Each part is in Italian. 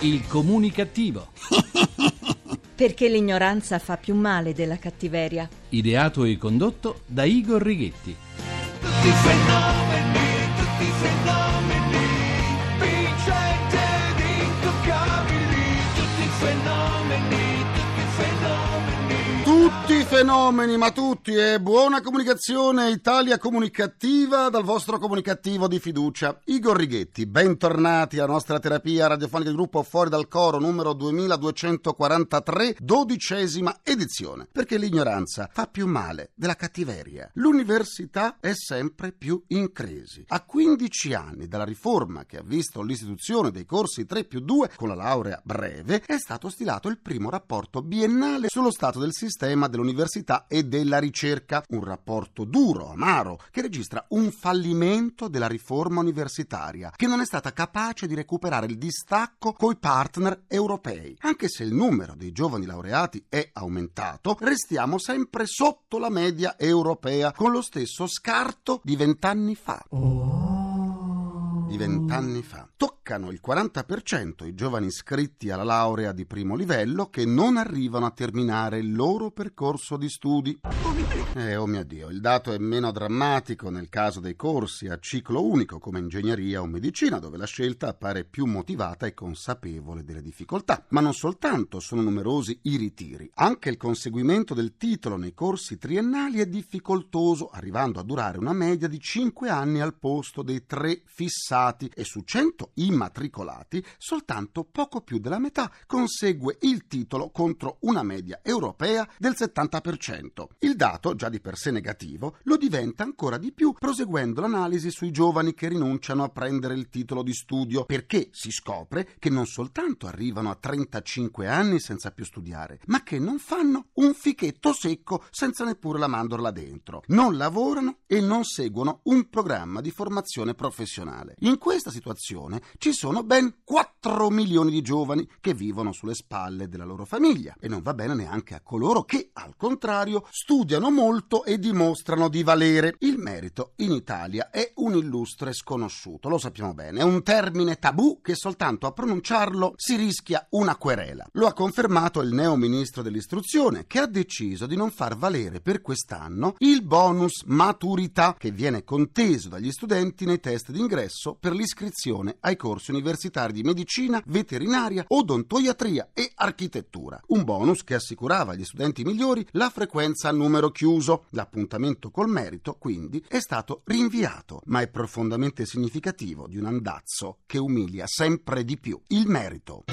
Il comunicativo. Perché l'ignoranza fa più male della cattiveria. Ideato e condotto da Igor Righetti. Tutti i fenomeni, vincenti ed intoccabili. Tutti i fenomeni. Tutti fenomeni, ma tutti, buona comunicazione, Italia comunicativa dal vostro comunicativo di fiducia, Igor Righetti. Bentornati alla nostra terapia radiofonica del gruppo Fuori dal Coro, numero 2243, 12ª edizione. Perché l'ignoranza fa più male della cattiveria. L'università è sempre più in crisi. A 15 anni dalla riforma che ha visto l'istituzione dei corsi 3+2 con la laurea breve, è stato stilato il primo rapporto biennale sullo stato del sistema dell'università e della ricerca, un rapporto duro, amaro, che registra un fallimento della riforma universitaria, che non è stata capace di recuperare il distacco coi partner europei. Anche se il numero dei giovani laureati è aumentato, restiamo sempre sotto la media europea, con lo stesso scarto di 20 anni fa. Di 20 anni fa. Toccano il 40% i giovani iscritti alla laurea di primo livello che non arrivano a terminare il loro percorso di studi. Oh mio Dio, il dato è meno drammatico nel caso dei corsi a ciclo unico come ingegneria o medicina, dove la scelta appare più motivata e consapevole delle difficoltà. Ma non soltanto sono numerosi i ritiri, anche il conseguimento del titolo nei corsi triennali è difficoltoso, arrivando a durare una media di 5 anni al posto dei 3 fissati, e su 100 immatricolati soltanto poco più della metà consegue il titolo contro una media europea del 70%. Il dato, già di per sé negativo, lo diventa ancora di più proseguendo l'analisi sui giovani che rinunciano a prendere il titolo di studio, perché si scopre che non soltanto arrivano a 35 anni senza più studiare, ma che non fanno un fichetto secco senza neppure la mandorla dentro. Non lavorano e non seguono un programma di formazione professionale. In questa situazione ci sono ben 4 milioni di giovani che vivono sulle spalle della loro famiglia, e non va bene neanche a coloro che, al contrario, studiano molto e dimostrano di valere. Il merito in Italia è un illustre sconosciuto, lo sappiamo bene, è un termine tabù che soltanto a pronunciarlo si rischia una querela. Lo ha confermato il neo ministro dell'istruzione, che ha deciso di non far valere per quest'anno il bonus maturità che viene conteso dagli studenti nei test d'ingresso per l'iscrizione ai corsi universitari di medicina, veterinaria, odontoiatria e architettura. Un bonus che assicurava agli studenti migliori la frequenza a numero chiuso. L'appuntamento col merito, quindi, è stato rinviato, ma è profondamente significativo di un andazzo che umilia sempre di più il merito.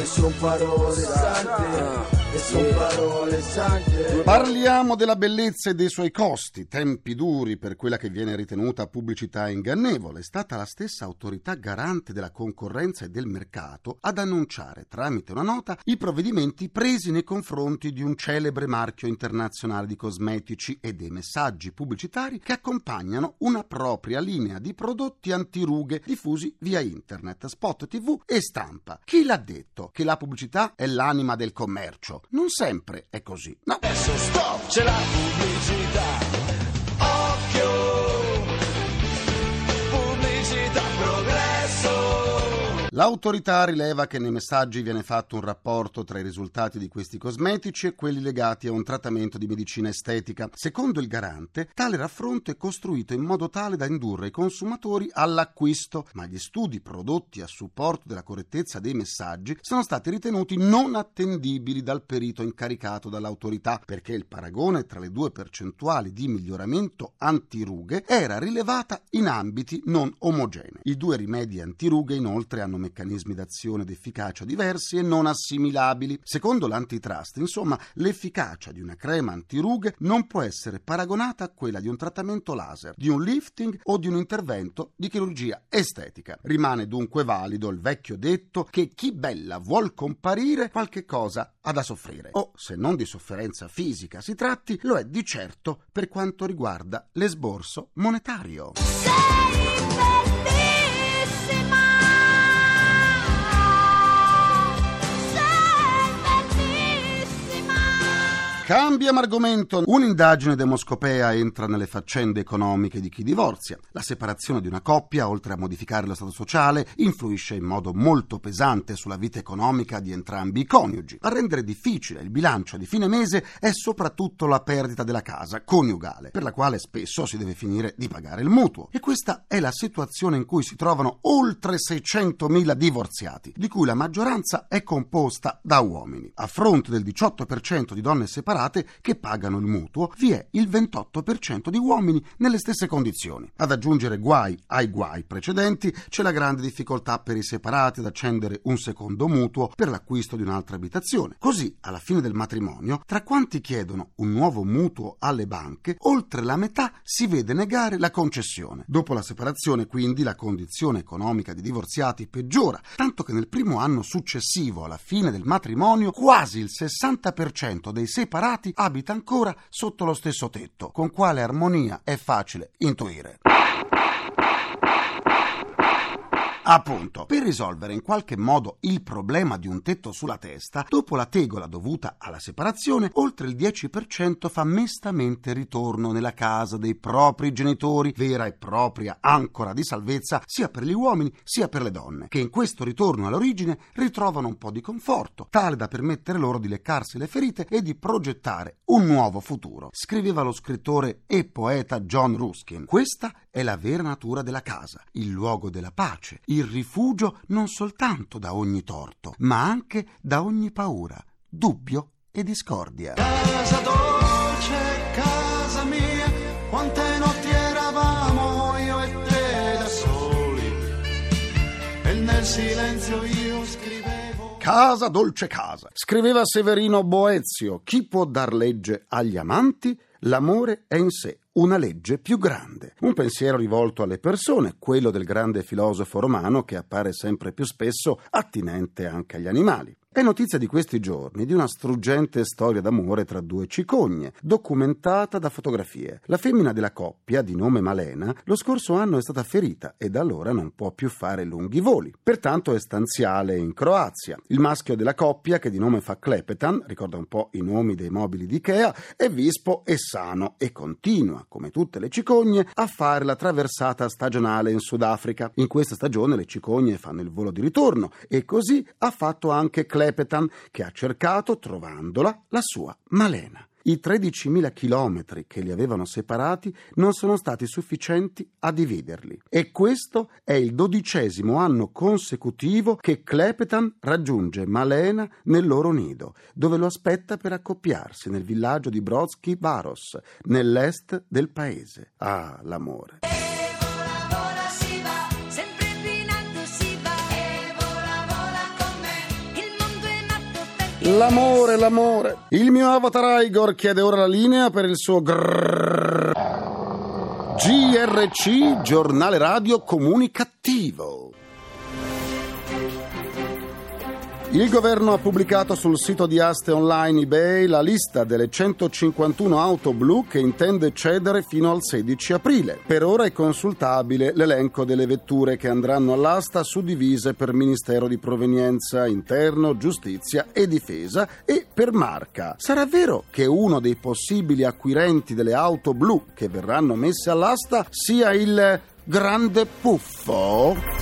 Parliamo della bellezza e dei suoi costi. Tempi duri per quella che viene ritenuta pubblicità ingannevole. È stata la stessa autorità garante della concorrenza e del mercato ad annunciare tramite una nota i provvedimenti presi nei confronti di un celebre marchio internazionale di cosmetici e dei messaggi pubblicitari che accompagnano una propria linea di prodotti antirughe diffusi via internet, spot TV e stampa. Chi l'ha detto che la pubblicità è l'anima del commercio? Non sempre è così, no? Adesso stop, c'è la pubblicità. Occhio, pubblicità, progresso. L'autorità rileva che nei messaggi viene fatto un rapporto tra i risultati di questi cosmetici e quelli legati a un trattamento di medicina estetica. Secondo il garante, tale raffronto è costruito in modo tale da indurre i consumatori all'acquisto, ma gli studi prodotti a supporto della correttezza dei messaggi sono stati ritenuti non attendibili dal perito incaricato dall'autorità, perché il paragone tra le due percentuali di miglioramento antirughe era rilevata in ambiti non omogenei. I due rimedi antirughe inoltre hanno meccanismi d'azione ed efficacia diversi e non assimilabili. Secondo l'antitrust, insomma, l'efficacia di una crema antirughe non può essere paragonata a quella di un trattamento laser, di un lifting o di un intervento di chirurgia estetica. Rimane dunque valido il vecchio detto che chi bella vuol comparire qualche cosa ha da soffrire. O, se non di sofferenza fisica si tratti, lo è di certo per quanto riguarda l'esborso monetario. Cambiamo argomento. Un'indagine demoscopea entra nelle faccende economiche di chi divorzia. La separazione di una coppia, oltre a modificare lo stato sociale, influisce in modo molto pesante sulla vita economica di entrambi i coniugi. A rendere difficile il bilancio di fine mese è soprattutto la perdita della casa coniugale, per la quale spesso si deve finire di pagare il mutuo. E questa è la situazione in cui si trovano oltre 600.000 divorziati, di cui la maggioranza è composta da uomini. A fronte del 18% di donne separate che pagano il mutuo, vi è il 28% di uomini nelle stesse condizioni. Ad aggiungere guai ai guai precedenti, c'è la grande difficoltà per i separati ad accendere un secondo mutuo per l'acquisto di un'altra abitazione. Così, alla fine del matrimonio, tra quanti chiedono un nuovo mutuo alle banche, oltre la metà si vede negare la concessione. Dopo la separazione, quindi, la condizione economica di divorziati peggiora, tanto che nel primo anno successivo alla fine del matrimonio quasi il 60% dei separati abita ancora sotto lo stesso tetto. Con quale armonia è facile intuire. Appunto, per risolvere in qualche modo il problema di un tetto sulla testa, dopo la tegola dovuta alla separazione, oltre il 10% fa mestamente ritorno nella casa dei propri genitori, vera e propria ancora di salvezza sia per gli uomini sia per le donne, che in questo ritorno all'origine ritrovano un po' di conforto, tale da permettere loro di leccarsi le ferite e di progettare un nuovo futuro. Scriveva lo scrittore e poeta John Ruskin: questa è la vera natura della casa, il luogo della pace, il rifugio non soltanto da ogni torto, ma anche da ogni paura, dubbio e discordia. Casa dolce, casa mia, quante notti eravamo io e te da soli, e nel silenzio io scrivevo. Casa dolce casa, scriveva Severino Boezio. Chi può dar legge agli amanti? L'amore è in sé una legge più grande. Un pensiero rivolto alle persone, quello del grande filosofo romano che appare sempre più spesso attinente anche agli animali. È notizia di questi giorni di una struggente storia d'amore tra due cicogne, documentata da fotografie. La femmina della coppia, di nome Malena, lo scorso anno è stata ferita e da allora non può più fare lunghi voli. Pertanto è stanziale in Croazia. Il maschio della coppia, che di nome fa Klepetan, ricorda un po' i nomi dei mobili di Ikea, è vispo e sano e continua, come tutte le cicogne, a fare la traversata stagionale in Sudafrica. In questa stagione le cicogne fanno il volo di ritorno e così ha fatto anche Klepetan, che ha cercato, trovandola, la sua Malena. I 13.000 chilometri che li avevano separati non sono stati sufficienti a dividerli. E questo è il 12° anno consecutivo che Klepetan raggiunge Malena nel loro nido, dove lo aspetta per accoppiarsi nel villaggio di Brodsky Baros, nell'est del paese. Ah, l'amore. L'amore, l'amore. Il mio avatar Igor chiede ora la linea per il suo GRC, giornale radio comunicativo. Il governo ha pubblicato sul sito di aste online eBay la lista delle 151 auto blu che intende cedere fino al 16 aprile. Per ora è consultabile l'elenco delle vetture che andranno all'asta suddivise per Ministero di Provenienza, Interno, Giustizia e Difesa e per marca. Sarà vero che uno dei possibili acquirenti delle auto blu che verranno messe all'asta sia il Grande Puffo?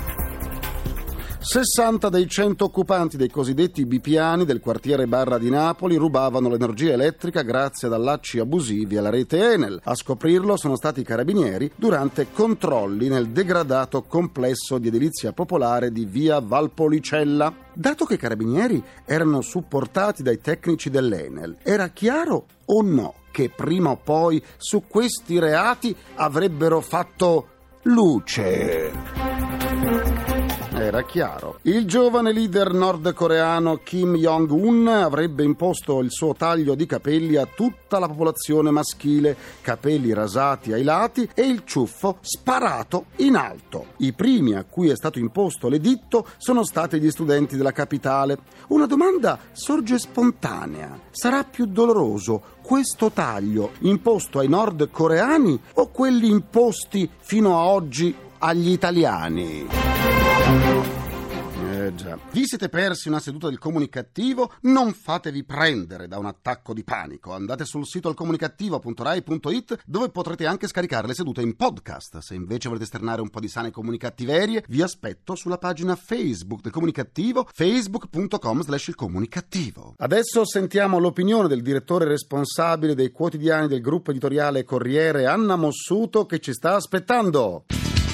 60 dei 100 occupanti dei cosiddetti bipiani del quartiere Barra di Napoli rubavano l'energia elettrica grazie ad allacci abusivi alla rete Enel. A scoprirlo sono stati i carabinieri durante controlli nel degradato complesso di edilizia popolare di via Valpolicella. Dato che i carabinieri erano supportati dai tecnici dell'Enel, era chiaro o no che prima o poi su questi reati avrebbero fatto luce? Era chiaro. Il giovane leader nordcoreano Kim Jong-un avrebbe imposto il suo taglio di capelli a tutta la popolazione maschile, capelli rasati ai lati e il ciuffo sparato in alto. I primi a cui è stato imposto l'editto sono stati gli studenti della capitale. Una domanda sorge spontanea. Sarà più doloroso questo taglio imposto ai nordcoreani o quelli imposti fino a oggi agli italiani? già. Vi siete persi una seduta del Comunicativo? Non fatevi prendere da un attacco di panico. Andate sul sito alcomunicativo.rai.it, dove potrete anche scaricare le sedute in podcast. Se invece volete esternare un po' di sane comunicattiverie, vi aspetto sulla pagina Facebook del Comunicativo, facebook.com/ilcomunicativo. Adesso sentiamo l'opinione del direttore responsabile dei quotidiani del gruppo editoriale Corriere, Anna Mossuto, che ci sta aspettando.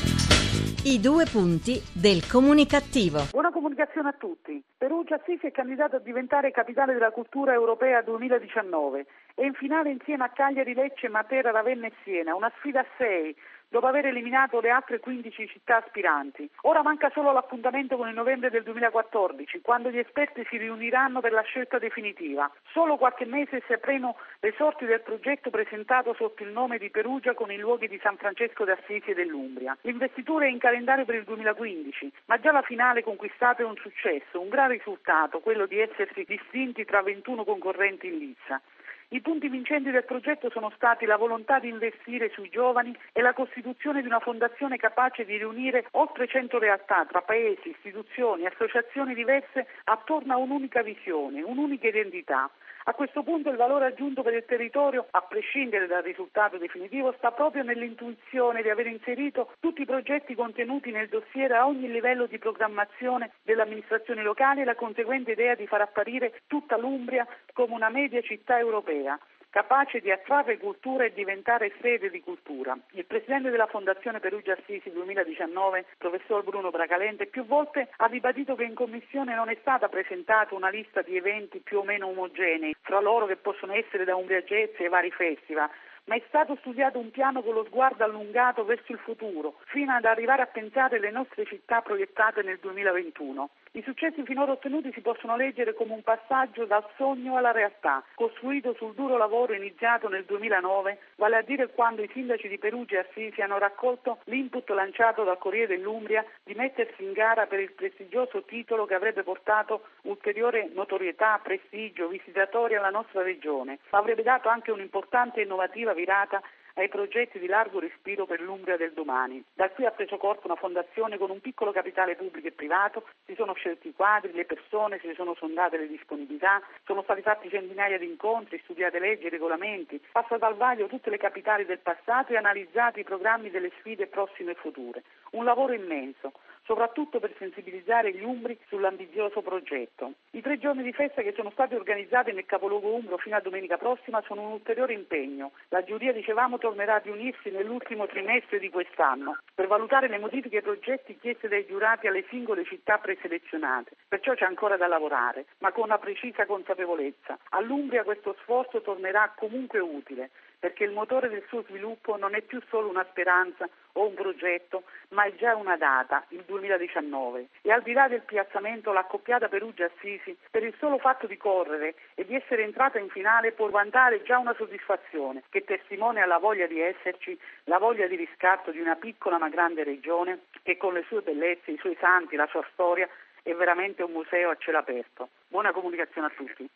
I 2 punti del Comunicativo. Buona comunicazione a tutti. Perugia Assisi è candidato a diventare capitale della cultura europea 2019 e in finale insieme a Cagliari, Lecce, Matera, Ravenna e Siena. Una sfida a 6. Dopo aver eliminato le altre 15 città aspiranti. Ora manca solo l'appuntamento con il novembre del 2014, quando gli esperti si riuniranno per la scelta definitiva. Solo qualche mese sapremo le sorti del progetto presentato sotto il nome di Perugia con i luoghi di San Francesco d'Assisi e dell'Umbria. L'investitura è in calendario per il 2015, ma già la finale conquistata è un successo, un gran risultato, quello di essersi distinti tra 21 concorrenti in lizza. I punti vincenti del progetto sono stati la volontà di investire sui giovani e la costituzione di una fondazione capace di riunire oltre 100 realtà tra paesi, istituzioni, associazioni diverse attorno a un'unica visione, un'unica identità. A questo punto il valore aggiunto per il territorio, a prescindere dal risultato definitivo, sta proprio nell'intuizione di aver inserito tutti i progetti contenuti nel dossier a ogni livello di programmazione delle amministrazioni locali e la conseguente idea di far apparire tutta l'Umbria come una media città europea, capace di attrarre cultura e diventare sede di cultura. Il presidente della Fondazione Perugia Assisi 2019, professor Bruno Bracalente, più volte ha ribadito che in commissione non è stata presentata una lista di eventi più o meno omogenei, fra loro che possono essere da Umbria Jazz ai vari festival, ma è stato studiato un piano con lo sguardo allungato verso il futuro, fino ad arrivare a pensare alle nostre città proiettate nel 2021. I successi finora ottenuti si possono leggere come un passaggio dal sogno alla realtà, costruito sul duro lavoro iniziato nel 2009, vale a dire quando i sindaci di Perugia e Assisi hanno raccolto l'input lanciato dal Corriere dell'Umbria di mettersi in gara per il prestigioso titolo che avrebbe portato ulteriore notorietà, prestigio, visitatori alla nostra regione, ma avrebbe dato anche un'importante e innovativa virata ai progetti di largo respiro per l'Umbria del domani. Da qui ha preso corpo una fondazione con un piccolo capitale pubblico e privato, si sono scelti i quadri, le persone, si sono sondate le disponibilità, sono stati fatti centinaia di incontri, studiate leggi e regolamenti, passate al vaglio tutte le capitali del passato e analizzati i programmi delle sfide prossime e future. Un lavoro immenso, soprattutto per sensibilizzare gli umbri sull'ambizioso progetto. I 3 giorni di festa che sono stati organizzati nel capoluogo umbro fino a domenica prossima sono un ulteriore impegno. La giuria, dicevamo, tornerà a riunirsi nell'ultimo trimestre di quest'anno per valutare le modifiche ai progetti chieste dai giurati alle singole città preselezionate. Perciò c'è ancora da lavorare, ma con una precisa consapevolezza. All'Umbria questo sforzo tornerà comunque utile, perché il motore del suo sviluppo non è più solo una speranza o un progetto, ma è già una data, il 2019. E al di là del piazzamento, l'accoppiata Perugia-Assisi, per il solo fatto di correre e di essere entrata in finale, può vantare già una soddisfazione che testimonia la voglia di esserci, la voglia di riscatto di una piccola ma grande regione che con le sue bellezze, i suoi santi, la sua storia, è veramente un museo a cielo aperto. Buona comunicazione a tutti.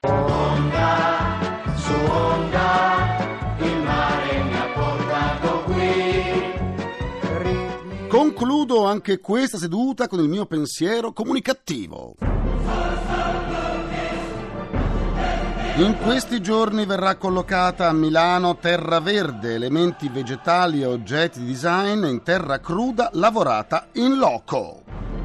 Onda su onda, il mare mi ha portato qui. Concludo anche questa seduta con il mio pensiero comunicativo. In questi giorni verrà collocata a Milano terra verde, elementi vegetali e oggetti di design in terra cruda lavorata in loco.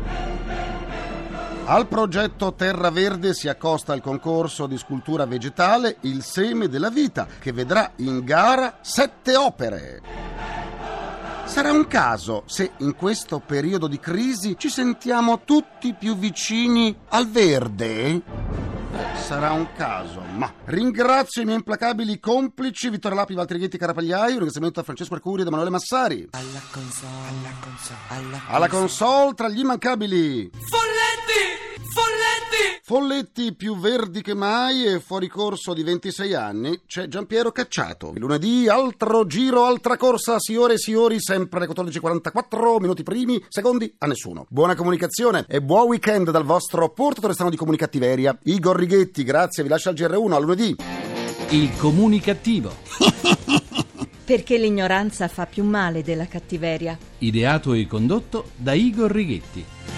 Al progetto Terra Verde si accosta il concorso di scultura vegetale Il seme della vita, che vedrà in gara 7 opere. Sarà un caso se in questo periodo di crisi ci sentiamo tutti più vicini al verde? Sarà un caso, ma ringrazio i miei implacabili complici Vittorio Lapi, Valtteri Ghetti, Carapagliai, un ringraziamento a Francesco Arcuri ed Emanuele Massari. Alla console tra gli immancabili Folletti più verdi che mai e fuori corso di 26 anni c'è Giampiero Cacciato. Il lunedì altro giro, altra corsa, signore, sempre alle 14:44, minuti primi, secondi a nessuno. Buona comunicazione e buon weekend dal vostro portatore strano di comunicattiveria, Igor Righetti. Grazie, vi lascio al GR1, a lunedì. Il Comunicativo. Perché l'ignoranza fa più male della cattiveria. Ideato e condotto da Igor Righetti.